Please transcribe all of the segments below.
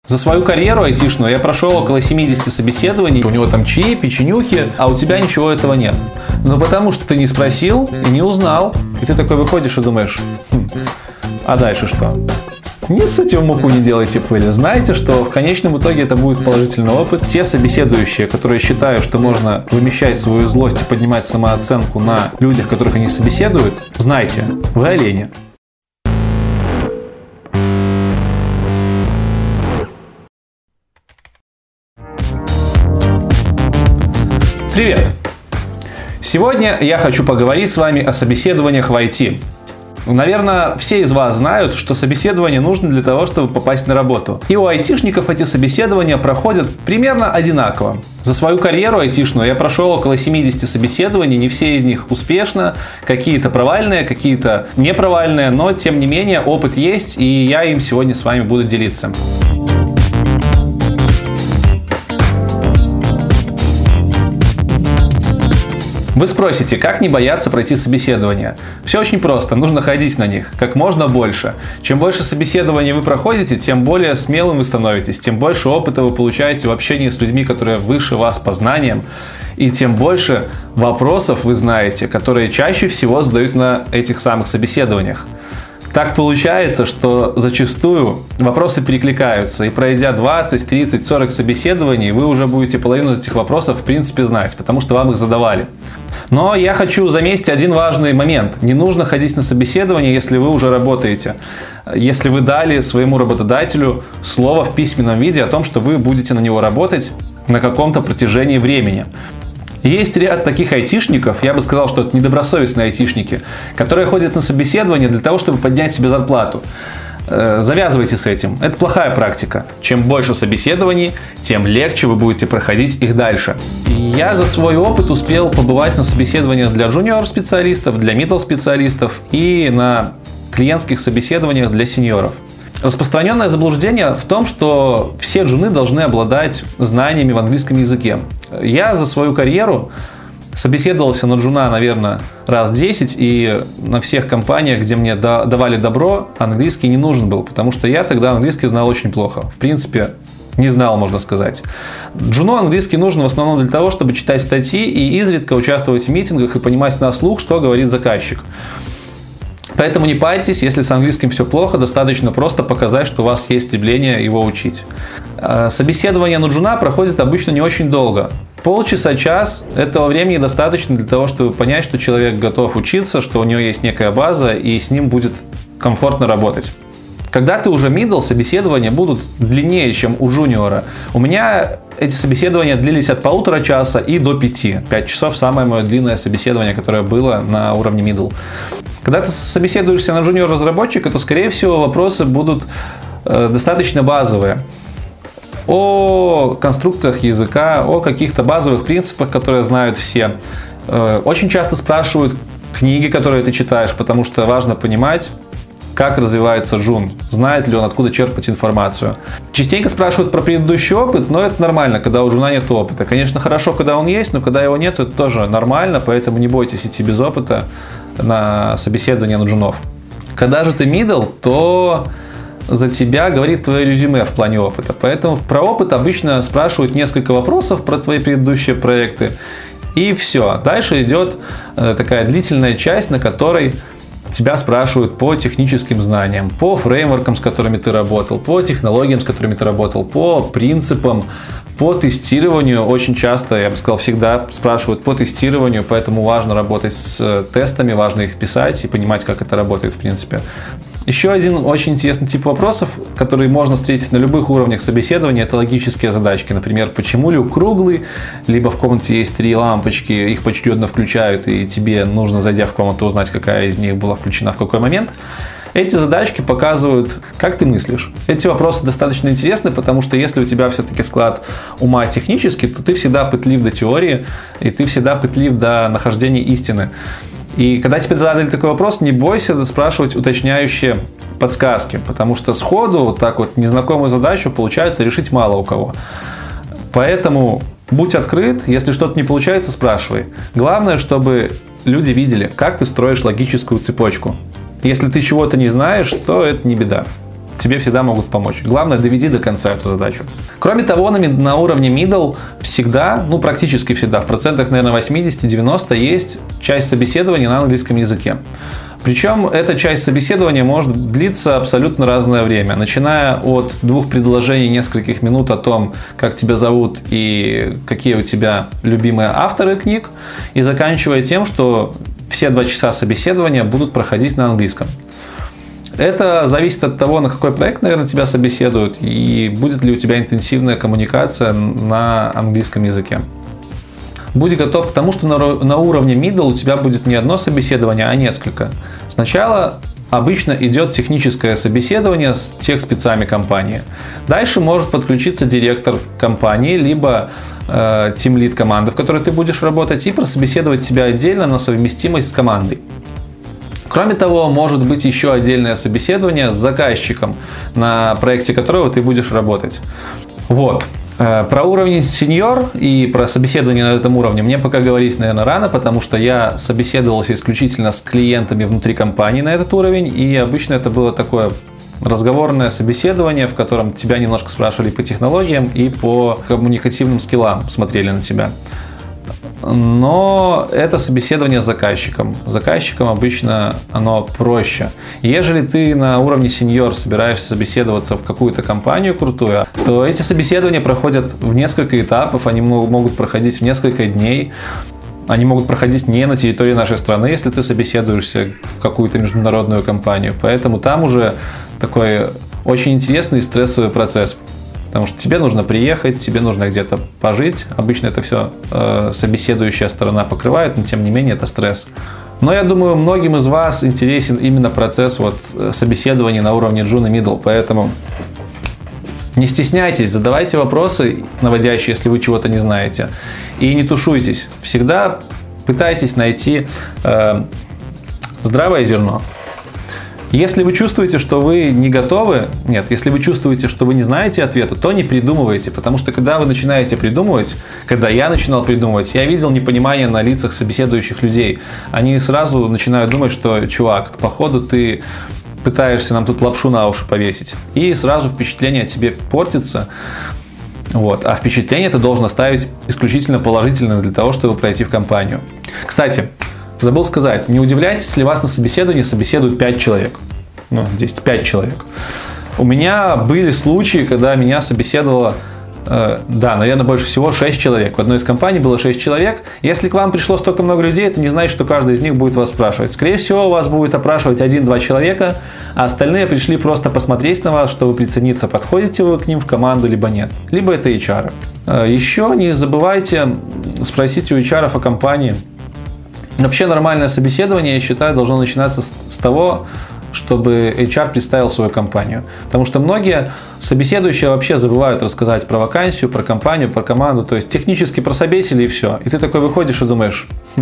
За свою карьеру айтишную я прошел около 70 собеседований, у него там чаи, печенюхи, а у тебя ничего этого нет. Ну потому что ты не спросил и не узнал. И ты такой выходишь и думаешь, а дальше что? Не ссыте в муку, не делайте пыли. Знаете, что в конечном итоге это будет положительный опыт. Те собеседующие, которые считают, что можно вымещать свою злость и поднимать самооценку на людях, которых они собеседуют, знайте, вы олени. Привет! Сегодня я хочу поговорить с вами о собеседованиях в IT. Наверное, все из вас знают, что собеседование нужно для того, чтобы попасть на работу. И у айтишников эти собеседования проходят примерно одинаково. За свою карьеру айтишную я прошел около 70 собеседований, не все из них успешно, какие-то провальные, какие-то непровальные, но тем не менее опыт есть, и я им сегодня с вами буду делиться. Вы спросите, как не бояться пройти собеседование? Все очень просто, нужно ходить на них как можно больше. Чем больше собеседований вы проходите, тем более смелым вы становитесь, тем больше опыта вы получаете в общении с людьми, которые выше вас по знаниям, и тем больше вопросов вы знаете, которые чаще всего задают на этих самых собеседованиях. Так получается, что зачастую вопросы перекликаются, и пройдя 20, 30, 40 собеседований, вы уже будете половину из этих вопросов в принципе знать, потому что вам их задавали. Но я хочу заметить один важный момент. Не нужно ходить на собеседование, если вы уже работаете. Если вы дали своему работодателю слово в письменном виде о том, что вы будете на него работать на каком-то протяжении времени. Есть ряд таких айтишников, я бы сказал, что это недобросовестные айтишники, которые ходят на собеседование для того, чтобы поднять себе зарплату. Завязывайте с этим. Это плохая практика. Чем больше собеседований, тем легче вы будете проходить их дальше. Я за свой опыт успел побывать на собеседованиях для джуниор-специалистов, для middle-специалистов и на клиентских собеседованиях для сеньоров. Распространенное заблуждение в том, что все джуны должны обладать знаниями в английском языке. Я за свою карьеру собеседовался на джуна, наверное, раз 10, и на всех компаниях, где мне давали добро, английский не нужен был, потому что я тогда английский знал очень плохо. В принципе, не знал, можно сказать. Джуну английский нужен в основном для того, чтобы читать статьи и изредка участвовать в митингах и понимать на слух, что говорит заказчик. Поэтому не парьтесь, если с английским все плохо, достаточно просто показать, что у вас есть стремление его учить. Собеседование на джуна проходит обычно не очень долго. Полчаса-час этого времени достаточно для того, чтобы понять, что человек готов учиться, что у него есть некая база и с ним будет комфортно работать. Когда ты уже middle, собеседования будут длиннее, чем у джуниора. У меня эти собеседования длились от 1,5 часа и до 5. 5 часов самое мое длинное собеседование, которое было на уровне middle. Когда ты собеседуешься на джуниор-разработчика, то, скорее всего, вопросы будут достаточно базовые. О конструкциях языка, о каких-то базовых принципах, которые знают все. Очень часто спрашивают книги, которые ты читаешь, потому что важно понимать, как развивается джун, знает ли он, откуда черпать информацию. Частенько спрашивают про предыдущий опыт, но это нормально, когда у джуна нет опыта. Конечно, хорошо, когда он есть, но когда его нет, это тоже нормально, поэтому не бойтесь идти без опыта на собеседование на джунов. Когда же ты middle, то за тебя говорит твое резюме в плане опыта. Поэтому про опыт обычно спрашивают несколько вопросов про твои предыдущие проекты. И все. Дальше идет такая длительная часть, на которой тебя спрашивают по техническим знаниям, по фреймворкам, с которыми ты работал, по технологиям, с которыми ты работал, по принципам, по тестированию. Очень часто, я бы сказал, всегда спрашивают по тестированию, поэтому важно работать с тестами, важно их писать и понимать, как это работает в принципе. Еще один очень интересный тип вопросов, который можно встретить на любых уровнях собеседования, это логические задачки. Например, почему люк круглый, либо в комнате есть 3 лампочки, их поочередно включают, и тебе нужно, зайдя в комнату, узнать, какая из них была включена в какой момент. Эти задачки показывают, как ты мыслишь. Эти вопросы достаточно интересны, потому что если у тебя все-таки склад ума технический, то ты всегда пытлив до теории, и ты всегда пытлив до нахождения истины. И когда тебе задали такой вопрос, не бойся спрашивать уточняющие подсказки, потому что сходу вот так вот незнакомую задачу получается решить мало у кого. Поэтому будь открыт, если что-то не получается, спрашивай. Главное, чтобы люди видели, как ты строишь логическую цепочку. Если ты чего-то не знаешь, то это не беда. тебе всегда могут помочь. Главное, доведи до конца эту задачу. Кроме того, на уровне middle всегда, практически всегда, в процентах, наверное, 80-90 есть часть собеседования на английском языке. Причем эта часть собеседования может длиться абсолютно разное время, начиная от 2 предложений нескольких минут о том, как тебя зовут и какие у тебя любимые авторы книг, и заканчивая тем, что все 2 часа собеседования будут проходить на английском. Это зависит от того, на какой проект, наверное, тебя собеседуют, и будет ли у тебя интенсивная коммуникация на английском языке. Будь готов к тому, что на уровне middle у тебя будет не одно собеседование, а несколько. Сначала обычно идет техническое собеседование с техспецами компании. Дальше может подключиться директор компании, либо тимлид команды, в которой ты будешь работать, и прособеседовать тебя отдельно на совместимость с командой. Кроме того, может быть еще отдельное собеседование с заказчиком, на проекте которого ты будешь работать. Вот. Про уровень сеньор и про собеседование на этом уровне мне пока говорить, наверное, рано, потому что я собеседовался исключительно с клиентами внутри компании на этот уровень, и обычно это было такое разговорное собеседование, в котором тебя немножко спрашивали по технологиям и по коммуникативным скиллам, смотрели на тебя. Но это собеседование с заказчиком. С заказчиком обычно оно проще. Ежели ты на уровне сеньор собираешься собеседоваться в какую-то компанию крутую, то эти собеседования проходят в несколько этапов, они могут проходить в несколько дней. Они могут проходить не на территории нашей страны, если ты собеседуешься в какую-то международную компанию. Поэтому там уже такой очень интересный и стрессовый процесс. Потому что тебе нужно приехать, тебе нужно где-то пожить. Обычно это все собеседующая сторона покрывает, но тем не менее это стресс. Но я думаю, многим из вас интересен именно процесс собеседования на уровне June и Middle. Поэтому не стесняйтесь, задавайте вопросы наводящие, если вы чего-то не знаете. И не тушуйтесь. Всегда пытайтесь найти здравое зерно. Если вы чувствуете, что вы не готовы, если вы чувствуете, что вы не знаете ответа, то не придумывайте, потому что когда вы начинаете придумывать, когда я начинал придумывать, я видел непонимание на лицах собеседующих людей. Они сразу начинают думать, что, чувак, походу ты пытаешься нам тут лапшу на уши повесить. И сразу впечатление о тебе портится. А впечатление ты должен оставить исключительно положительное для того, чтобы пройти в компанию. Кстати, забыл сказать, не удивляйтесь, если вас на собеседовании собеседуют 5 человек. Здесь 5 человек. У меня были случаи, когда меня собеседовало, наверное, больше всего 6 человек. В одной из компаний было 6 человек. Если к вам пришло столько много людей, это не значит, что каждый из них будет вас спрашивать. Скорее всего, вас будет опрашивать 1-2 человека, а остальные пришли просто посмотреть на вас, чтобы прицениться, подходите вы к ним в команду, либо нет. Либо это HR. Еще не забывайте спросить у HR о компании. Вообще нормальное собеседование, я считаю, должно начинаться с того, чтобы HR представил свою компанию. Потому что многие собеседующие вообще забывают рассказать про вакансию, про компанию, про команду. То есть технически прособесили и все. И ты такой выходишь и думаешь,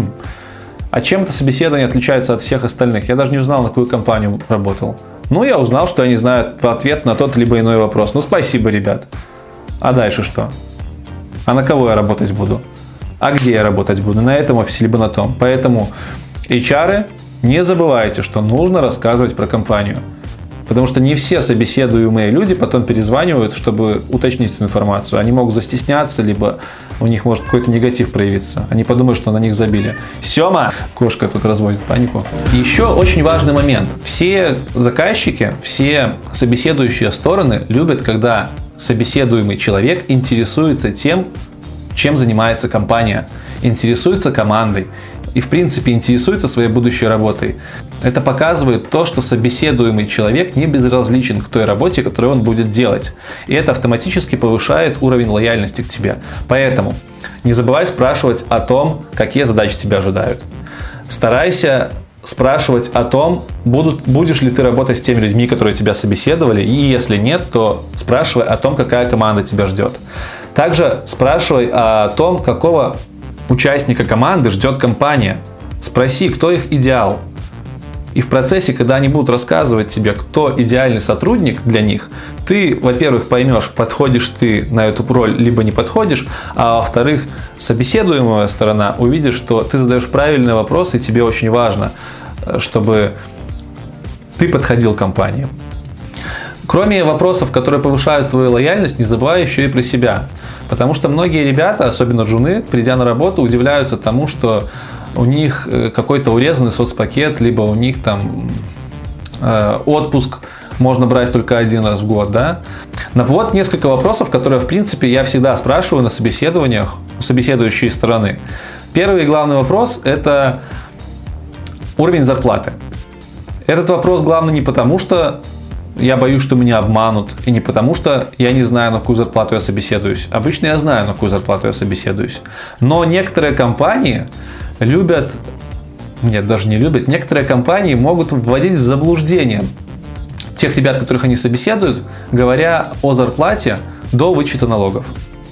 а чем это собеседование отличается от всех остальных? Я даже не узнал, на какую компанию работал. Я узнал, что они знают ответ на тот либо иной вопрос. Спасибо, ребят. А дальше что? А на кого я работать буду? А где я работать буду? На этом офисе, либо на том. Поэтому HR, не забывайте, что нужно рассказывать про компанию. Потому что не все собеседуемые люди потом перезванивают, чтобы уточнить эту информацию. Они могут застесняться, либо у них может какой-то негатив проявиться. Они подумают, что на них забили. Сёма! Кошка тут разводит панику. И еще очень важный момент. Все заказчики, все собеседующие стороны любят, когда собеседуемый человек интересуется тем, чем занимается компания, интересуется командой и, в принципе, интересуется своей будущей работой. Это показывает то, что собеседуемый человек не безразличен к той работе, которую он будет делать. И это автоматически повышает уровень лояльности к тебе. Поэтому не забывай спрашивать о том, какие задачи тебя ожидают. Старайся спрашивать о том, будешь ли ты работать с теми людьми, которые тебя собеседовали, и если нет, то спрашивай о том, какая команда тебя ждет. Также спрашивай о том, какого участника команды ждет компания. Спроси, кто их идеал. И в процессе, когда они будут рассказывать тебе, кто идеальный сотрудник для них, ты, во-первых, поймешь, подходишь ты на эту роль, либо не подходишь, а во-вторых, собеседуемая сторона увидит, что ты задаешь правильные вопросы, и тебе очень важно, чтобы ты подходил к компании. Кроме вопросов, которые повышают твою лояльность, не забывай еще и про себя. Потому что многие ребята, особенно джуны, придя на работу, удивляются тому, что у них какой-то урезанный соцпакет, либо у них там отпуск можно брать только один раз в год, да? Но вот несколько вопросов, которые, в принципе, я всегда спрашиваю на собеседованиях у собеседующей стороны. Первый и главный вопрос – это уровень зарплаты. Этот вопрос главный не потому, что я боюсь, что меня обманут, и не потому, что я не знаю, на какую зарплату я собеседуюсь. Обычно я знаю, на какую зарплату я собеседуюсь. Но некоторые компании любят, нет, даже не любят, некоторые компании могут вводить в заблуждение тех ребят, которых они собеседуют, говоря о зарплате до вычета налогов.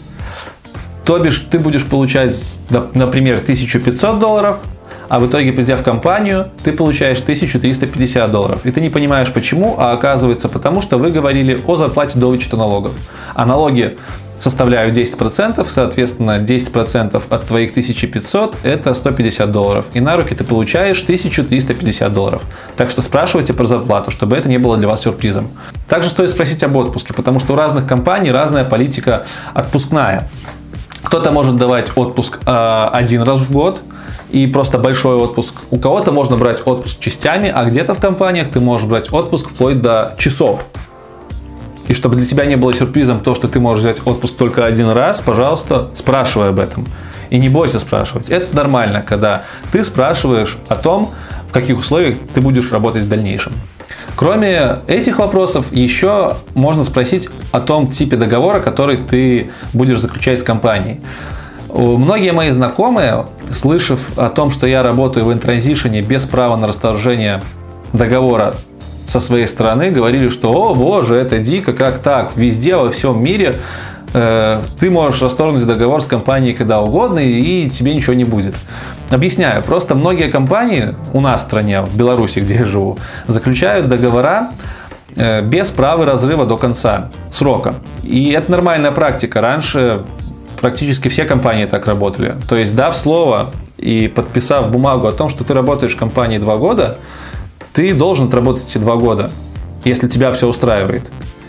То бишь, ты будешь получать, например, $1500, а в итоге, придя в компанию, ты получаешь $1350. И ты не понимаешь почему, а оказывается потому, что вы говорили о зарплате до вычета налогов. А налоги составляют 10%, соответственно, 10% от твоих 1500 это $150. И на руки ты получаешь $1350. Так что спрашивайте про зарплату, чтобы это не было для вас сюрпризом. Также стоит спросить об отпуске, потому что у разных компаний разная политика отпускная. Кто-то может давать отпуск один раз в год, и просто большой отпуск. У кого-то можно брать отпуск частями, а где-то в компаниях ты можешь брать отпуск вплоть до часов. И чтобы для тебя не было сюрпризом то, что ты можешь взять отпуск только один раз, пожалуйста, спрашивай об этом. И не бойся спрашивать. Это нормально, когда ты спрашиваешь о том, в каких условиях ты будешь работать в дальнейшем. Кроме этих вопросов, еще можно спросить о том типе договора, который ты будешь заключать с компанией. Многие мои знакомые, слышав о том, что я работаю в интранзишене без права на расторжение договора со своей стороны, говорили, что «О, боже, это дико, как так? Везде, во всем мире ты можешь расторгнуть договор с компанией когда угодно, и тебе ничего не будет». Объясняю, просто многие компании у нас в стране, в Беларуси, где я живу, заключают договора без права разрыва до конца срока. И это нормальная практика. Раньше практически все компании так работали. То есть, дав слово и подписав бумагу о том, что ты работаешь в компании 2 года, ты должен отработать эти 2 года, если тебя все устраивает.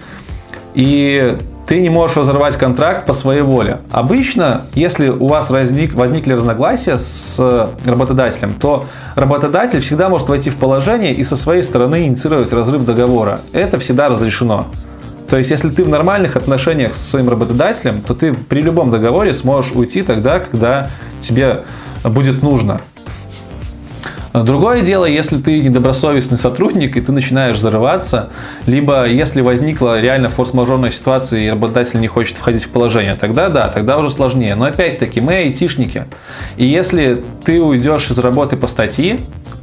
И ты не можешь разорвать контракт по своей воле. Обычно, если у вас возникли разногласия с работодателем, то работодатель всегда может войти в положение и со своей стороны инициировать разрыв договора. Это всегда разрешено. То есть, если ты в нормальных отношениях с своим работодателем, то ты при любом договоре сможешь уйти тогда, когда тебе будет нужно. Другое дело, если ты недобросовестный сотрудник и ты начинаешь зарываться, либо если возникла реально форс-мажорная ситуация и работодатель не хочет входить в положение, тогда да, тогда уже сложнее. Но опять-таки мы айтишники, и если ты уйдешь с работы по статье,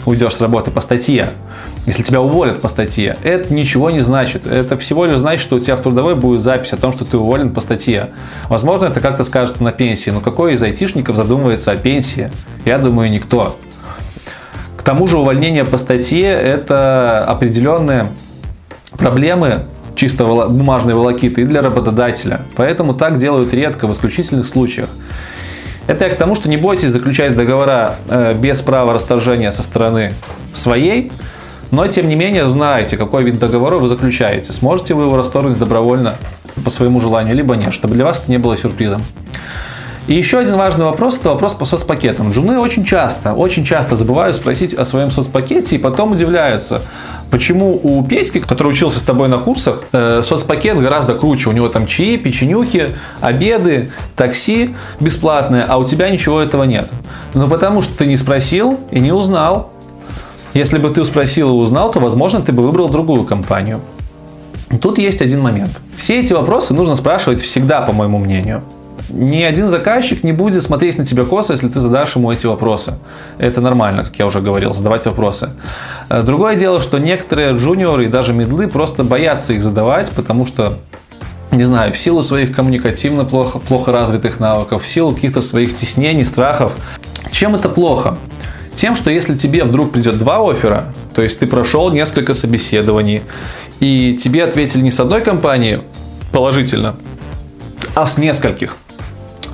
если тебя уволят по статье, это ничего не значит. Это всего лишь значит, что у тебя в трудовой будет запись о том, что ты уволен по статье. Возможно, это как-то скажется на пенсии, но какой из айтишников задумывается о пенсии? Я думаю, никто. К тому же увольнение по статье – это определенные проблемы чисто бумажной волокиты и для работодателя. Поэтому так делают редко, в исключительных случаях. Это я к тому, что не бойтесь заключать договора без права расторжения со стороны своей, но тем не менее знаете, какой вид договора вы заключаете. Сможете вы его расторгнуть добровольно по своему желанию, либо нет, чтобы для вас это не было сюрпризом. И еще один важный вопрос – это вопрос по соцпакетам. Джуны очень часто забывают спросить о своем соцпакете и потом удивляются, почему у Петьки, который учился с тобой на курсах, соцпакет гораздо круче. У него там чаи, печенюхи, обеды, такси бесплатное, а у тебя ничего этого нет. Ну потому что ты не спросил и не узнал. Если бы ты спросил и узнал, то, возможно, ты бы выбрал другую компанию. Тут есть один момент. Все эти вопросы нужно спрашивать всегда, по моему мнению. Ни один заказчик не будет смотреть на тебя косо, если ты задашь ему эти вопросы. Это нормально, как я уже говорил, задавать вопросы. Другое дело, что некоторые джуниоры и даже мидлы просто боятся их задавать, потому что, не знаю, в силу своих коммуникативно плохо развитых навыков, в силу каких-то своих стеснений, страхов. Чем это плохо? Тем, что если тебе вдруг придет 2 оффера, то есть ты прошел несколько собеседований, и тебе ответили не с одной компании положительно, а с нескольких.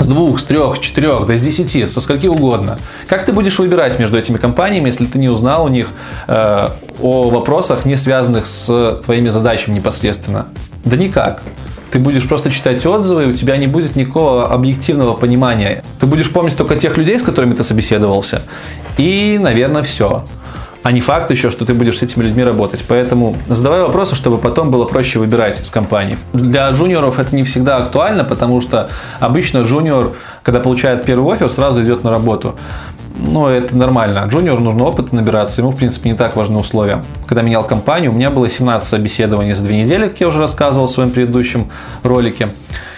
2, с 3, с 4, да с 10, со скольки угодно. Как ты будешь выбирать между этими компаниями, если ты не узнал у них о вопросах, не связанных с твоими задачами непосредственно? Да никак. Ты будешь просто читать отзывы, и у тебя не будет никакого объективного понимания. Ты будешь помнить только тех людей, с которыми ты собеседовался. И, наверное, все. А не факт еще, что ты будешь с этими людьми работать. Поэтому задавай вопросы, чтобы потом было проще выбирать из компаний. Для джуниоров это не всегда актуально, потому что обычно джуниор, когда получает первый оффер, сразу идет на работу. Ну, это нормально. Джуниору нужно опыт набираться, ему, в принципе, не так важны условия. Когда менял компанию, у меня было 17 собеседований за 2 недели, как я уже рассказывал в своем предыдущем ролике.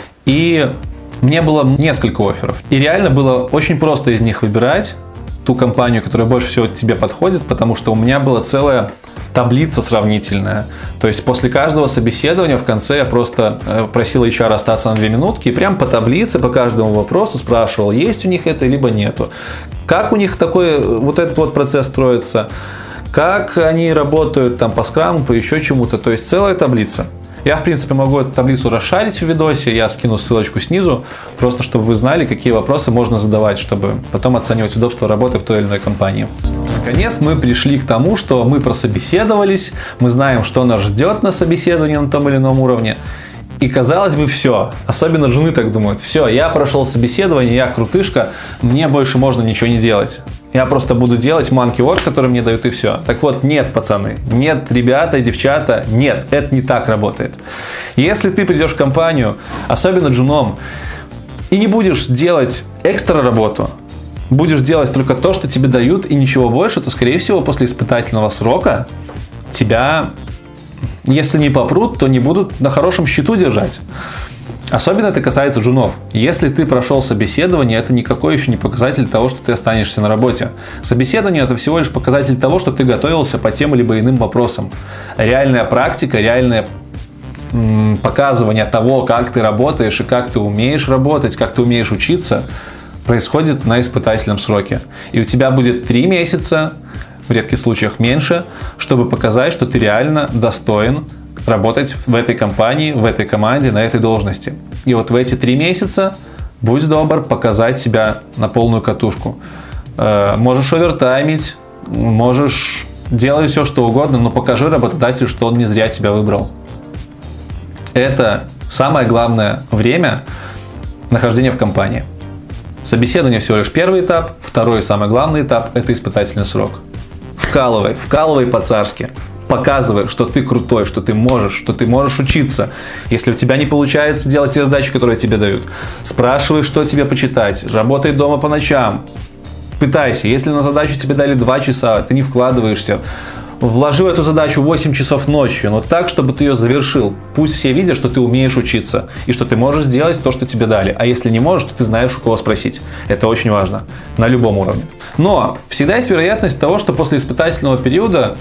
И мне было несколько офферов. И реально было очень просто из них выбирать ту компанию, которая больше всего тебе подходит, потому что у меня была целая таблица сравнительная. То есть после каждого собеседования в конце я просто просил HR остаться на 2 минутки и прям по таблице, по каждому вопросу спрашивал, есть у них это, либо нету. Как у них такой вот этот вот процесс строится, как они работают там по скраму, по еще чему-то. То есть целая таблица. Я, в принципе, могу эту таблицу расшарить в видосе, я скину ссылочку снизу, просто чтобы вы знали, какие вопросы можно задавать, чтобы потом оценивать удобство работы в той или иной компании. Наконец мы пришли к тому, что мы прособеседовались, мы знаем, что нас ждет на собеседовании на том или ином уровне. И казалось бы, все. Особенно жены так думают. Все, я прошел собеседование, я крутышка, мне больше можно ничего не делать. Я просто буду делать monkey work, который мне дают, и все. Так вот, нет, пацаны, нет, ребята, девчата, нет, это не так работает. Если ты придешь в компанию, особенно джуном, и не будешь делать экстра работу, будешь делать только то, что тебе дают, и ничего больше, то, скорее всего, после испытательного срока тебя, если не попрут, то не будут на хорошем счету держать. Особенно это касается джунов. Если ты прошел собеседование, это никакой еще не показатель того, что ты останешься на работе. Собеседование – это всего лишь показатель того, что ты готовился по тем либо иным вопросам. Реальная практика, реальное показывание того, как ты работаешь и как ты умеешь работать, как ты умеешь учиться, происходит на испытательном сроке. И у тебя будет 3 месяца, в редких случаях меньше, чтобы показать, что ты реально достоин работать в этой компании, в этой команде, на этой должности. И вот в эти 3 месяца будь добр показать себя на полную катушку. Можешь овертаймить, можешь делать все, что угодно, но покажи работодателю, что он не зря тебя выбрал. Это самое главное время нахождения в компании. Собеседование всего лишь первый этап, второй и самый главный этап – это испытательный срок. Вкалывай по-царски. Показывай, что ты крутой, что ты можешь учиться. Если у тебя не получается делать те задачи, которые тебе дают, спрашивай, что тебе почитать, работай дома по ночам, пытайся. Если на задачу тебе дали 2 часа, ты не вкладываешься, вложи в эту задачу 8 часов ночью, но так, чтобы ты ее завершил. Пусть все видят, что ты умеешь учиться и что ты можешь сделать то, что тебе дали. А если не можешь, то ты знаешь, у кого спросить. Это очень важно на любом уровне. Но всегда есть вероятность того, что после испытательного периода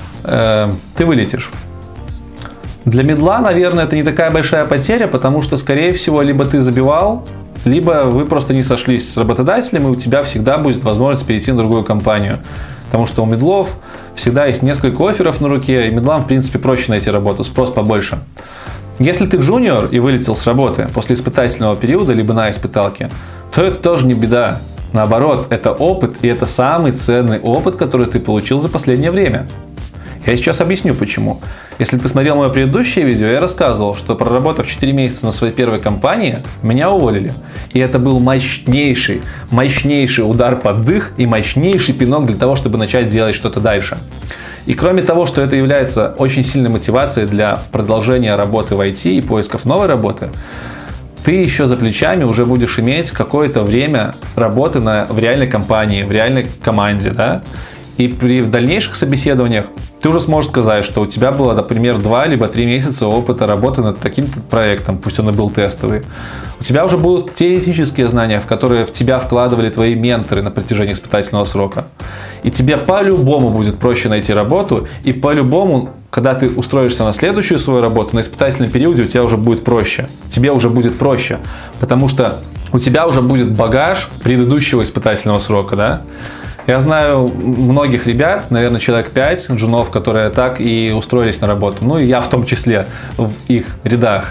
ты вылетишь. Для мидла, наверное, это не такая большая потеря, потому что, скорее всего, либо ты забивал, либо вы просто не сошлись с работодателем, и у тебя всегда будет возможность перейти на другую компанию. Потому что у мидлов всегда есть несколько офферов на руке, и мидлам, в принципе, проще найти работу, спрос побольше. Если ты джуниор и вылетел с работы после испытательного периода, либо на испыталке, то это тоже не беда. Наоборот, это опыт, и это самый ценный опыт, который ты получил за последнее время. Я сейчас объясню почему. Если ты смотрел мое предыдущее видео, я рассказывал, что проработав 4 месяца на своей первой компании, меня уволили. И это был мощнейший удар под дых и мощнейший пинок для того, чтобы начать делать что-то дальше. И кроме того, что это является очень сильной мотивацией для продолжения работы в IT и поисков новой работы, ты еще за плечами уже будешь иметь какое-то время работы в реальной компании, в реальной команде, да? И при дальнейших собеседованиях ты уже сможешь сказать, что у тебя было, например, 2 либо 3 месяца опыта работы над таким-то проектом, пусть он и был тестовый. У тебя уже будут теоретические знания, в которые в тебя вкладывали твои менторы на протяжении испытательного срока. И тебе по-любому будет проще найти работу, и по-любому, когда ты устроишься на следующую свою работу, на испытательном периоде у тебя уже будет проще. Тебе уже будет проще, потому что у тебя уже будет багаж предыдущего испытательного срока, да? Я знаю многих ребят, наверное, человек 5 джунов, которые так и устроились на работу. Ну и я в том числе в их рядах.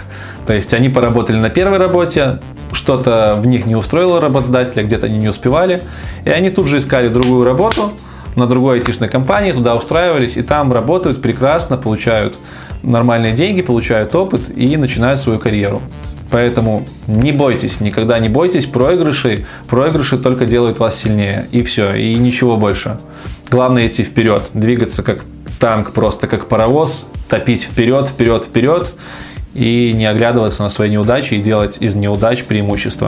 То есть они поработали на первой работе, что-то в них не устроило работодателя, где-то они не успевали, и они тут же искали другую работу на другой айтишной компании, туда устраивались, и там работают прекрасно, получают нормальные деньги, получают опыт и начинают свою карьеру. Поэтому не бойтесь, никогда не бойтесь проигрышей. Проигрыши только делают вас сильнее. И все, и ничего больше. Главное идти вперед, двигаться как танк, просто как паровоз, топить вперед, вперед, вперед. И не оглядываться на свои неудачи и делать из неудач преимущество.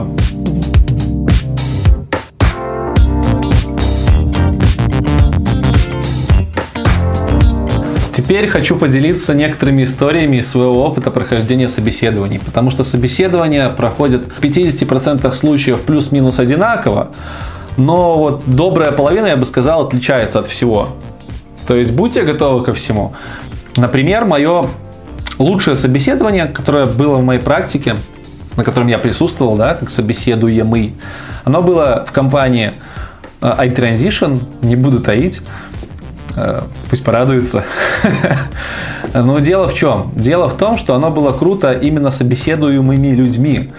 Теперь хочу поделиться некоторыми историями из своего опыта прохождения собеседований, потому что собеседования проходят в 50% случаев плюс-минус одинаково, но вот добрая половина, я бы сказал, отличается от всего. То есть будьте готовы ко всему. Например, мое лучшее собеседование, которое было в моей практике, на котором я присутствовал, да, как собеседуемый, оно было в компании iTransition, не буду таить. Пусть порадуется. Но дело в чем? Дело в том, что оно было круто именно собеседуемыми людьми.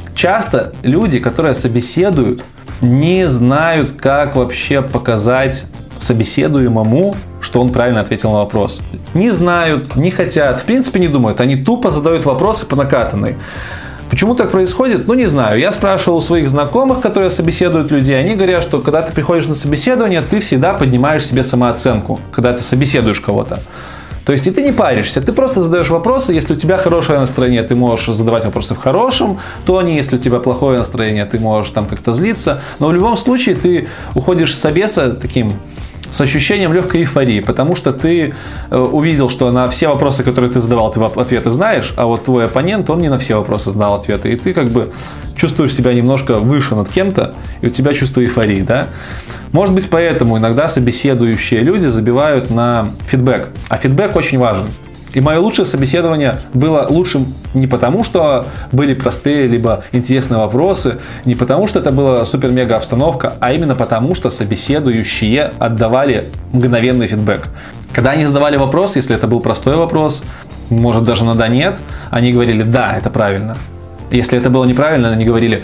Часто люди, которые собеседуют, не знают, как вообще показать собеседуемому, что он правильно ответил на вопрос. Не знают, не хотят, в принципе не думают. Они тупо задают вопросы по накатанной. Почему так происходит? Ну, не знаю. Я спрашивал у своих знакомых, которые собеседуют людей. Они говорят, что когда ты приходишь на собеседование, ты всегда поднимаешь себе самооценку, когда ты собеседуешь кого-то. То есть и ты не паришься, ты просто задаешь вопросы. Если у тебя хорошее настроение, ты можешь задавать вопросы в хорошем тоне. Если у тебя плохое настроение, ты можешь там как-то злиться. Но в любом случае ты уходишь с собеса таким... с ощущением легкой эйфории, потому что ты увидел, что на все вопросы, которые ты задавал, ты ответы знаешь, а вот твой оппонент, он не на все вопросы знал ответы, и ты как бы чувствуешь себя немножко выше над кем-то, и у тебя чувство эйфории, да? Может быть, поэтому иногда собеседующие люди забивают на фидбэк, а фидбэк очень важен. И мое лучшее собеседование было лучшим не потому, что были простые либо интересные вопросы, не потому, что это была супер-мега обстановка, а именно потому, что собеседующие отдавали мгновенный фидбэк. Когда они задавали вопрос, если это был простой вопрос, может даже на да-нет, они говорили «да, это правильно». Если это было неправильно, они говорили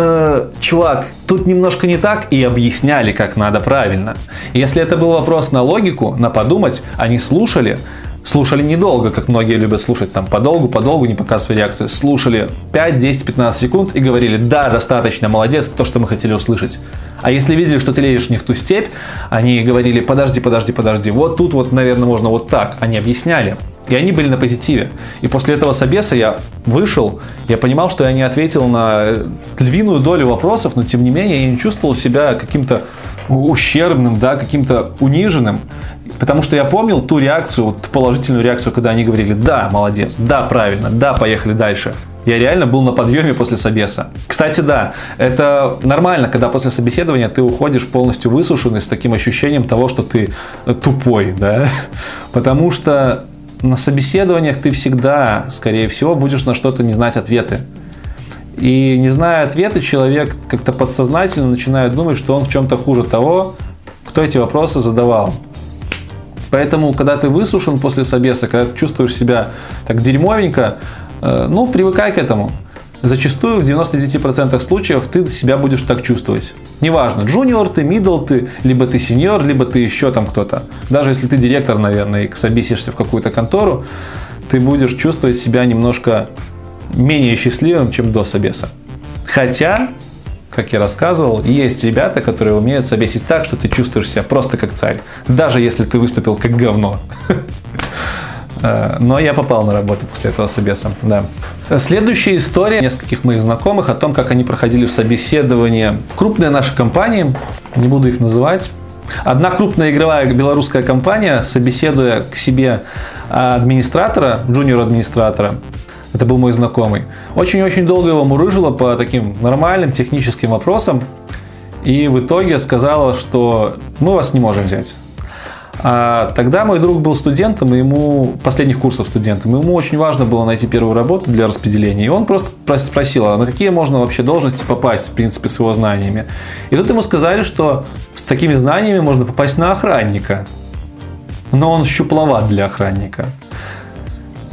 «чувак, тут немножко не так» и объясняли, как надо правильно. И если это был вопрос на логику, на подумать, они слушали недолго, как многие любят слушать, там подолгу, не показывая реакции. Слушали 5, 10, 15 секунд и говорили «да, достаточно, молодец, то, что мы хотели услышать». А если видели, что ты лезешь не в ту степь, они говорили «подожди, вот тут вот, наверное, можно вот так». Они объясняли. И они были на позитиве. И после этого собеса я вышел, я понимал, что я не ответил на львиную долю вопросов, но тем не менее я не чувствовал себя каким-то ущербным, да, каким-то униженным. Потому что я помнил ту реакцию, вот положительную реакцию, когда они говорили «да, молодец, да, правильно, да, поехали дальше». Я реально был на подъеме после собеса. Кстати, да, это нормально, когда после собеседования ты уходишь полностью высушенный с таким ощущением того, что ты тупой, да? Потому что на собеседованиях ты всегда, скорее всего, будешь на что-то не знать ответы. И не зная ответы, человек как-то подсознательно начинает думать, что он в чем-то хуже того, кто эти вопросы задавал. Поэтому, когда ты высушен после собеса, когда ты чувствуешь себя так дерьмовенько, ну, привыкай к этому. Зачастую в 99% случаев ты себя будешь так чувствовать. Неважно, джуниор ты, мидл ты, либо ты сеньор, либо ты еще там кто-то. Даже если ты директор, наверное, и собесишься в какую-то контору, ты будешь чувствовать себя немножко менее счастливым, чем до собеса. Хотя, как я рассказывал, есть ребята, которые умеют собесить так, что ты чувствуешь себя просто как царь. Даже если ты выступил как говно. Но я попал на работу после этого собеса, да. Следующая история нескольких моих знакомых о том, как они проходили в собеседование. Крупные наши компании, не буду их называть. Одна крупная игровая белорусская компания, собеседуя к себе администратора, джуниор-администратора, это был мой знакомый, очень-очень долго его мурыжило по таким нормальным техническим вопросам. И в итоге сказала, что мы вас не можем взять. А тогда мой друг был студентом, и ему последних курсов студентом, ему очень важно было найти первую работу для распределения, и он просто спросил, а на какие можно вообще должности попасть, в принципе, с его знаниями. И тут ему сказали, что с такими знаниями можно попасть на охранника, но он щупловат для охранника.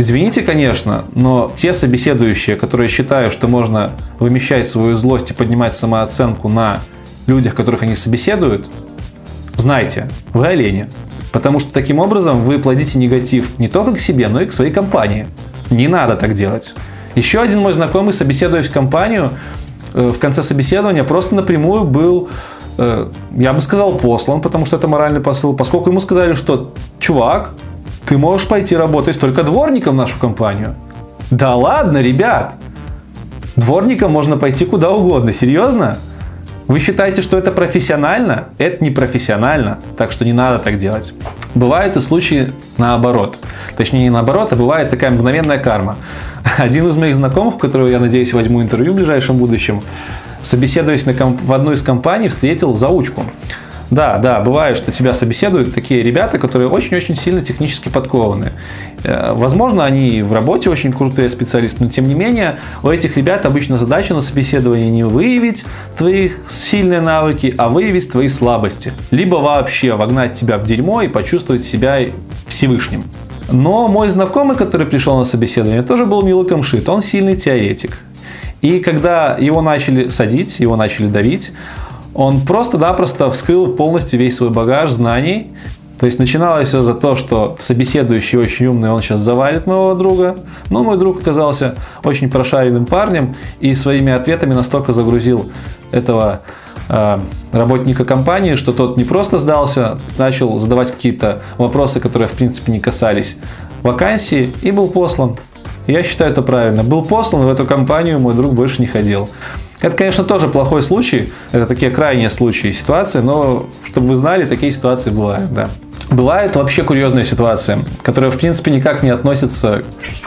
Извините, конечно, но те собеседующие, которые считают, что можно вымещать свою злость и поднимать самооценку на людях, которых они собеседуют, знайте, вы олени. Потому что таким образом вы плодите негатив не только к себе, но и к своей компании. Не надо так делать. Еще один мой знакомый, собеседуясь в компанию, в конце собеседования просто напрямую был, я бы сказал, послан, потому что это моральный посыл, поскольку ему сказали, что чувак, ты можешь пойти работать только дворником в нашу компанию. Да ладно, ребят! Дворником можно пойти куда угодно, серьезно? Вы считаете, что это профессионально? Это не профессионально, так что не надо так делать. Бывают и случаи наоборот. Точнее, не наоборот, а бывает такая мгновенная карма. Один из моих знакомых, которого я надеюсь возьму интервью в ближайшем будущем, собеседуясь в одну из компаний, встретил заучку. Да, бывает, что тебя собеседуют такие ребята, которые очень-очень сильно технически подкованы. Возможно, они в работе очень крутые специалисты, но тем не менее у этих ребят обычно задача на собеседовании не выявить твои сильные навыки, а выявить твои слабости. Либо вообще вогнать тебя в дерьмо и почувствовать себя Всевышним. Но мой знакомый, который пришел на собеседование, тоже был милоком шит, он сильный теоретик. И когда его начали садить, его начали давить, он просто-напросто вскрыл полностью весь свой багаж знаний. То есть начиналось все за то, что собеседующий очень умный, он сейчас завалит моего друга. Но мой друг оказался очень прошаренным парнем и своими ответами настолько загрузил этого работника компании, что тот не просто сдался, начал задавать какие-то вопросы, которые в принципе не касались вакансии, и был послан. Я считаю это правильно. Был послан, в эту компанию мой друг больше не ходил. Это, конечно, тоже плохой случай, это такие крайние случаи, ситуации, но, чтобы вы знали, такие ситуации бывают, да. Бывают вообще курьезные ситуации, которые, в принципе, никак не относятся...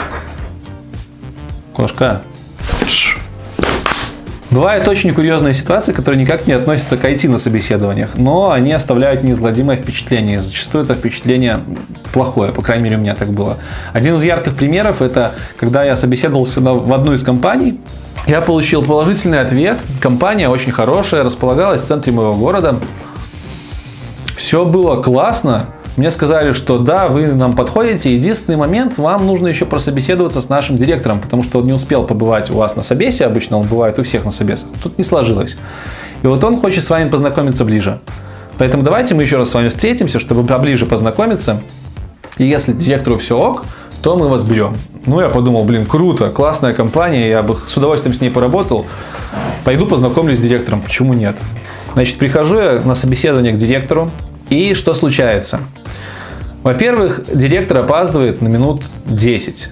Кошка. Бывают очень курьезные ситуации, которые никак не относятся к IT на собеседованиях, но они оставляют неизгладимое впечатление. Зачастую это впечатление плохое, по крайней мере, у меня так было. Один из ярких примеров – это когда я собеседовался в одну из компаний. Я получил положительный ответ. Компания очень хорошая, располагалась в центре моего города. Все было классно. Мне сказали, что да, вы нам подходите. Единственный момент, вам нужно еще прособеседоваться с нашим директором, потому что он не успел побывать у вас на собесе. Обычно он бывает у всех на собесах. Тут не сложилось. И вот он хочет с вами познакомиться ближе. Поэтому давайте мы еще раз с вами встретимся, чтобы поближе познакомиться. И если директору все ок, то мы вас берем. Ну, я подумал, круто, классная компания, я бы с удовольствием с ней поработал. Пойду познакомлюсь с директором, почему нет? Значит, прихожу я на собеседование к директору, и что случается? Во-первых, директор опаздывает на минут 10.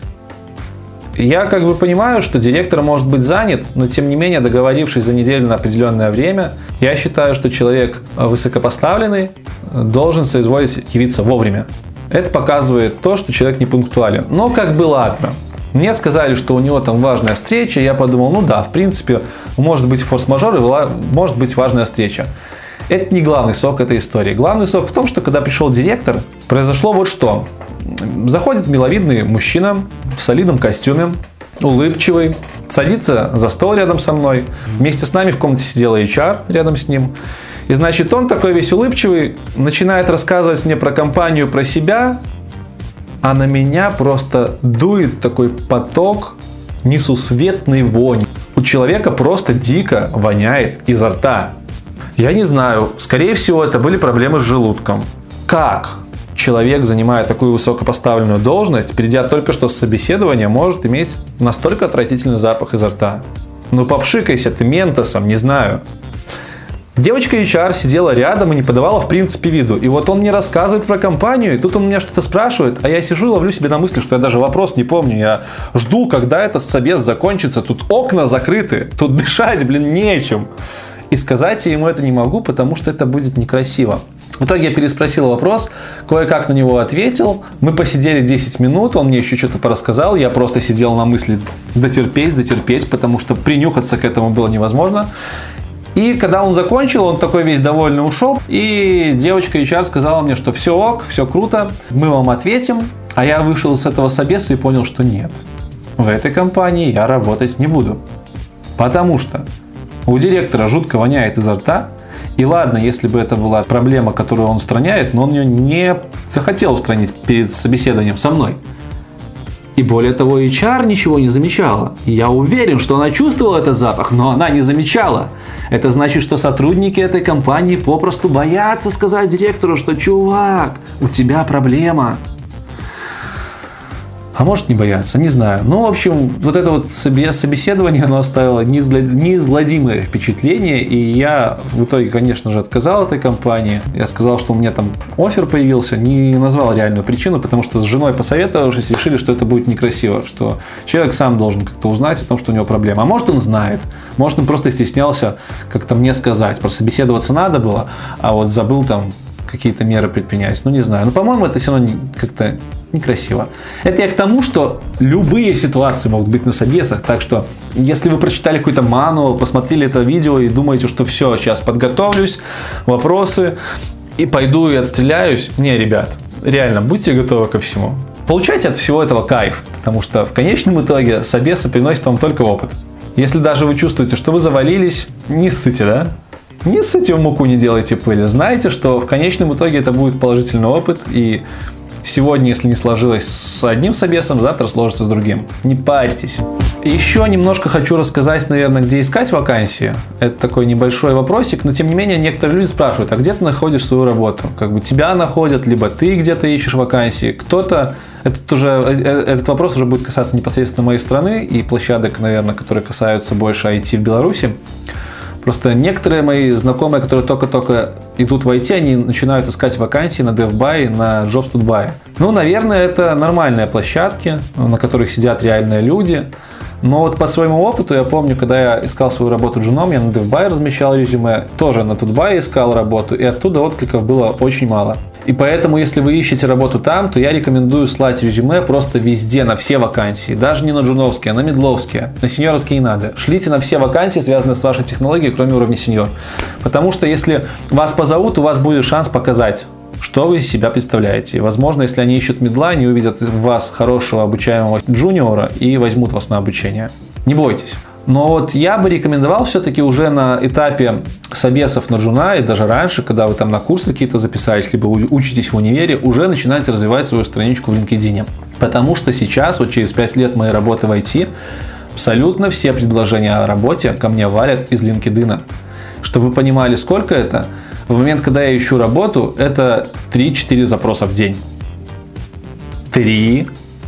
Я понимаю, что директор может быть занят, но тем не менее, договорившись за неделю на определенное время, я считаю, что человек высокопоставленный должен соизволить явиться вовремя. Это показывает то, что человек не пунктуален. Но ладно. Мне сказали, что у него там важная встреча. Я подумал, в принципе, может быть форс-мажор и может быть важная встреча. Это не главный сок этой истории. Главный сок в том, что когда пришел директор, произошло вот что. Заходит миловидный мужчина в солидном костюме, улыбчивый, садится за стол рядом со мной. Вместе с нами в комнате сидела HR рядом с ним. И значит, он такой весь улыбчивый, начинает рассказывать мне про компанию, про себя, а на меня просто дует такой поток несусветной вони. У человека просто дико воняет изо рта. Я не знаю, скорее всего, это были проблемы с желудком. Как человек, занимая такую высокопоставленную должность, придя только что с собеседования, может иметь настолько отвратительный запах изо рта? Попшикайся ты ментосом, не знаю. Девочка HR сидела рядом и не подавала в принципе виду. И вот он мне рассказывает про компанию, и тут он меня что-то спрашивает, а я сижу и ловлю себе на мысли, что я даже вопрос не помню. Я жду, когда этот собес закончится. Тут окна закрыты, тут дышать, нечем. И сказать ему это не могу, потому что это будет некрасиво. В итоге я переспросил вопрос, кое-как на него ответил. Мы посидели 10 минут, он мне еще что-то порассказал. Я просто сидел на мысли дотерпеть, потому что принюхаться к этому было невозможно. И когда он закончил, он такой весь довольный ушел. И девочка HR сказала мне, что все ок, все круто, мы вам ответим. А я вышел с этого собеса и понял, что нет. В этой компании я работать не буду. Потому что у директора жутко воняет изо рта. И ладно, если бы это была проблема, которую он устраняет, но он ее не захотел устранить перед собеседованием со мной. И И более того, HR ничего не замечала. И я уверен, что она чувствовала этот запах, но она не замечала. Это значит, что сотрудники этой компании попросту боятся сказать директору, что чувак, у тебя проблема. А может не бояться, не знаю. Ну, в общем, вот это вот собеседование, оно оставило неизгладимое впечатление. И я в итоге, конечно же, отказал этой компании. Я сказал, что у меня там оффер появился. Не назвал реальную причину, потому что с женой посоветовавшись, решили, что это будет некрасиво. Что человек сам должен как-то узнать о том, что у него проблема. А может, он знает. Может, он просто стеснялся как-то мне сказать. Просто собеседоваться надо было, а вот забыл там какие-то меры предпринять. Ну, не знаю. Но, по-моему, это все равно как-то некрасиво. Это я к тому, что любые ситуации могут быть на собесах. Так что, если вы прочитали какой-то мануал, посмотрели это видео и думаете, что все, сейчас подготовлюсь, вопросы, и пойду и отстреляюсь. Не, ребят, реально, будьте готовы ко всему. Получайте от всего этого кайф, потому что в конечном итоге собесы приносят вам только опыт. Если даже вы чувствуете, что вы завалились, не ссыте, да? Не ссыте в муку, не делайте пыли. Знайте, что в конечном итоге это будет положительный опыт, и сегодня, если не сложилось с одним собесом, завтра сложится с другим. Не парьтесь. Еще немножко хочу рассказать, наверное, где искать вакансии. Это такой небольшой вопросик, но тем не менее некоторые люди спрашивают, а где ты находишь свою работу? Как бы тебя находят, либо ты где-то ищешь вакансии. Кто-то, этот вопрос уже будет касаться непосредственно моей страны и площадок, наверное, которые касаются больше IT в Беларуси. Просто некоторые мои знакомые, которые только-только идут в IT, они начинают искать вакансии на DevBuy, на Jobs.by. Ну, наверное, это нормальные площадки, на которых сидят реальные люди. Но вот по своему опыту, я помню, когда я искал свою работу джуном, я на DevBuy размещал резюме, тоже на Tutbuy искал работу, и оттуда откликов было очень мало. И поэтому, если вы ищете работу там, то я рекомендую слать резюме просто везде, на все вакансии. Даже не на джуновские, а на мидловские. На сеньоровские не надо. Шлите на все вакансии, связанные с вашей технологией, кроме уровня сеньор. Потому что если вас позовут, у вас будет шанс показать, что вы из себя представляете. И, возможно, если они ищут мидла, они увидят в вас хорошего обучаемого джуниора и возьмут вас на обучение. Не бойтесь. Но вот я бы рекомендовал все-таки уже на этапе собесов на джуна и даже раньше, когда вы там на курсы какие-то записались, либо учитесь в универе, уже начинайте развивать свою страничку в LinkedIn. Потому что сейчас, вот через 5 лет моей работы в IT, абсолютно все предложения о работе ко мне валят из LinkedIn. Чтобы вы понимали, сколько это, в момент, когда я ищу работу, это 3-4 запроса в день. 3-4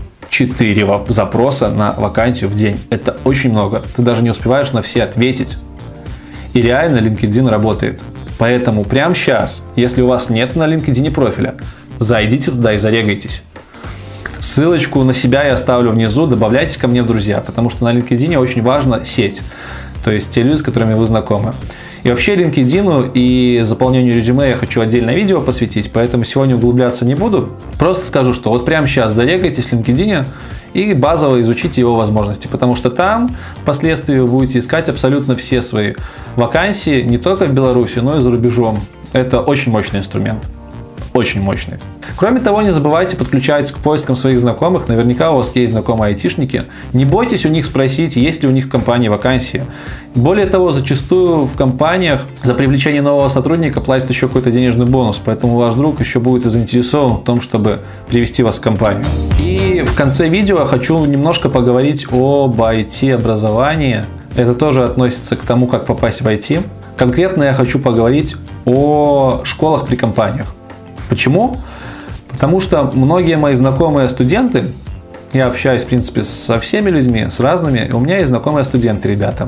запроса на вакансию в день. Это очень много. Ты даже не успеваешь на все ответить. И реально LinkedIn работает. Поэтому прямо сейчас, если у вас нет на LinkedIn профиля, зайдите туда и зарегайтесь. Ссылочку на себя я оставлю внизу, добавляйтесь ко мне в друзья, потому что на LinkedIn очень важна сеть. То есть те люди, с которыми вы знакомы. И вообще LinkedIn и заполнению резюме я хочу отдельное видео посвятить, поэтому сегодня углубляться не буду. Просто скажу, что вот прямо сейчас зарегайтесь в LinkedIn и базово изучите его возможности, потому что там впоследствии вы будете искать абсолютно все свои вакансии, не только в Беларуси, но и за рубежом. Это очень мощный инструмент. Очень мощный. Кроме того, не забывайте подключать к поискам своих знакомых. Наверняка у вас есть знакомые айтишники. Не бойтесь у них спросить, есть ли у них в компании вакансии. Более того, зачастую в компаниях за привлечение нового сотрудника платят еще какой-то денежный бонус. Поэтому ваш друг еще будет и заинтересован в том, чтобы привести вас в компанию. И в конце видео я хочу немножко поговорить об IT-образовании. Это тоже относится к тому, как попасть в IT. Конкретно я хочу поговорить о школах при компаниях. Почему? Потому что многие мои знакомые студенты, я общаюсь, в принципе, со всеми людьми, с разными, и у меня есть знакомые студенты, ребята.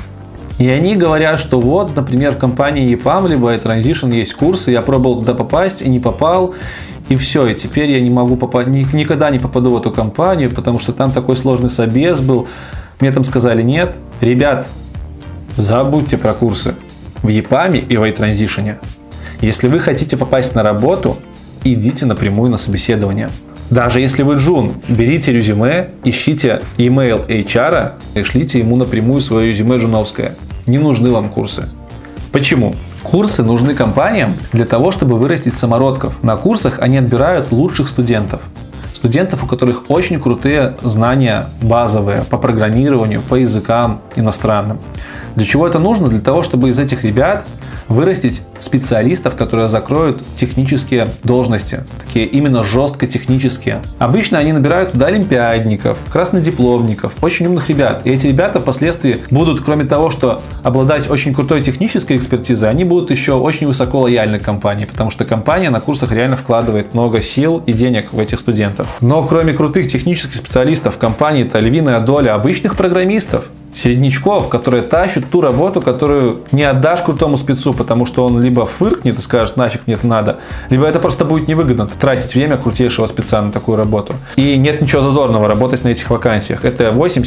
И они говорят, что вот, например, в компании EPAM, либо iTransition есть курсы, я пробовал туда попасть и не попал, и все, и теперь я не могу попасть, никогда не попаду в эту компанию, потому что там такой сложный собес был. Мне там сказали, нет, ребят, забудьте про курсы в EPAM и в iTransition. Если вы хотите попасть на работу, идите напрямую на собеседование. Даже если вы джун, берите резюме, ищите email HR и шлите ему напрямую свое резюме джуновское. Не нужны вам курсы. Почему? Курсы нужны компаниям для того, чтобы вырастить самородков. На курсах они отбирают лучших студентов. Студентов, у которых очень крутые знания базовые по программированию, по языкам иностранным. Для чего это нужно? Для того, чтобы из этих ребят вырастить специалистов, которые закроют технические должности, такие именно жестко технические. Обычно они набирают туда олимпиадников, краснодипломников, очень умных ребят. И эти ребята впоследствии будут, кроме того, что обладать очень крутой технической экспертизой, они будут еще очень высоко лояльны к компании, потому что компания на курсах реально вкладывает много сил и денег в этих студентов. Но кроме крутых технических специалистов в компании-то львиная доля обычных программистов, середнячков, которые тащат ту работу, которую не отдашь крутому спецу, потому что он либо фыркнет и скажет, нафиг мне это надо, либо это просто будет невыгодно тратить время крутейшего спеца на такую работу. И нет ничего зазорного работать на этих вакансиях. Это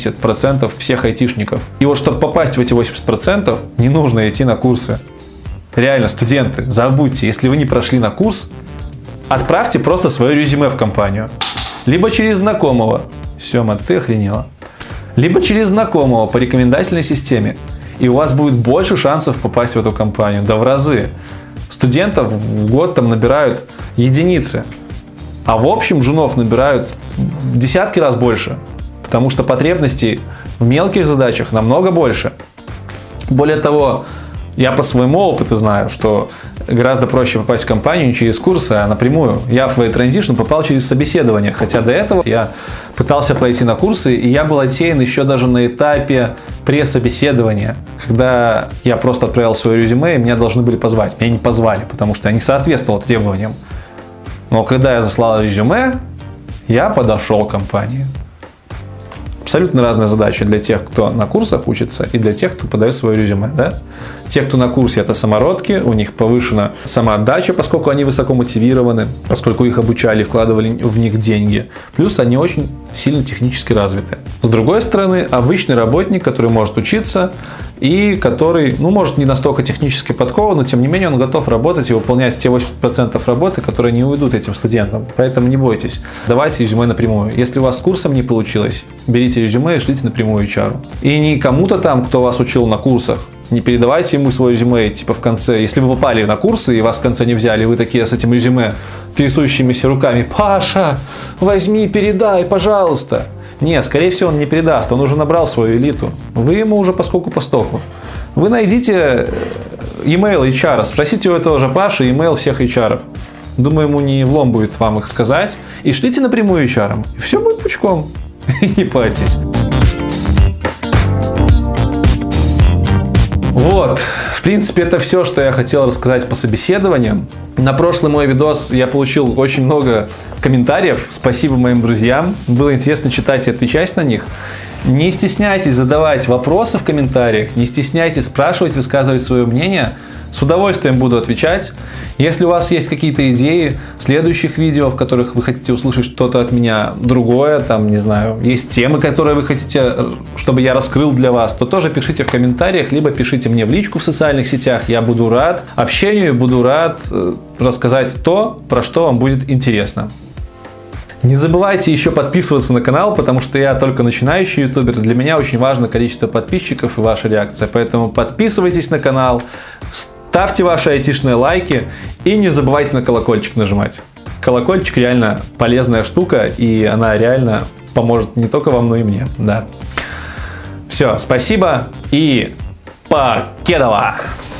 80% всех айтишников. И вот чтобы попасть в эти 80%, не нужно идти на курсы. Реально, студенты, забудьте, если вы не прошли на курс, отправьте просто свое резюме в компанию. Либо через знакомого. Сема, ты охренела. Либо через знакомого по рекомендательной системе. И у вас будет больше шансов попасть в эту компанию. Да в разы. Студентов в год там набирают единицы. А в общем джунов набирают в десятки раз больше. Потому что потребностей в мелких задачах намного больше. Более того, я по своему опыту знаю, что гораздо проще попасть в компанию не через курсы, а напрямую. Я в Transition попал через собеседование, хотя до этого я пытался пройти на курсы, и я был отсеян еще даже на этапе пресс-собеседования, когда я просто отправил свое резюме, и меня должны были позвать. Меня не позвали, потому что я не соответствовал требованиям. Но когда я заслал резюме, я подошел к компании. Абсолютно разные задачи для тех, кто на курсах учится, и для тех, кто подает свое резюме. Да? Те, кто на курсе, это самородки, у них повышена самоотдача, поскольку они высоко мотивированы, поскольку их обучали, вкладывали в них деньги. Плюс они очень сильно технически развиты. С другой стороны, обычный работник, который может учиться и который, может не настолько технически подкован, но тем не менее он готов работать и выполнять те 80% работы, которые не уйдут этим студентам. Поэтому не бойтесь. Давайте резюме напрямую. Если у вас с курсом не получилось, берите резюме и шлите напрямую HR. И не кому-то там, кто вас учил на курсах, не передавайте ему свое резюме, типа в конце. Если вы попали на курсы и вас в конце не взяли, вы такие с этим резюме трясущимися руками: «Паша, возьми, передай, пожалуйста». Нет, скорее всего, он не передаст, он уже набрал свою элиту. Вы ему уже поскольку-постоку. Вы найдите email HR, спросите у этого же Паши email всех HR. Думаю, ему не влом будет вам их сказать. И шлите напрямую HR. И все будет пучком. Не парьтесь. Вот, в принципе, это все, что я хотел рассказать по собеседованиям. На прошлый мой видос я получил очень много комментариев. Спасибо моим друзьям. Было интересно читать и отвечать на них. Не стесняйтесь задавать вопросы в комментариях, не стесняйтесь спрашивать, высказывать свое мнение. С удовольствием буду отвечать. Если у вас есть какие-то идеи следующих видео, в которых вы хотите услышать что-то от меня другое, там, не знаю, есть темы, которые вы хотите, чтобы я раскрыл для вас, то тоже пишите в комментариях, либо пишите мне в личку в социальных сетях. Я буду рад общению, буду рад рассказать то, про что вам будет интересно. Не забывайте еще подписываться на канал, потому что я только начинающий ютубер. Для меня очень важно количество подписчиков и ваша реакция. Поэтому подписывайтесь на канал, ставьте ваши айтишные лайки и не забывайте на колокольчик нажимать. Колокольчик реально полезная штука, и она реально поможет не только вам, но и мне. Да. Все, спасибо и покедова!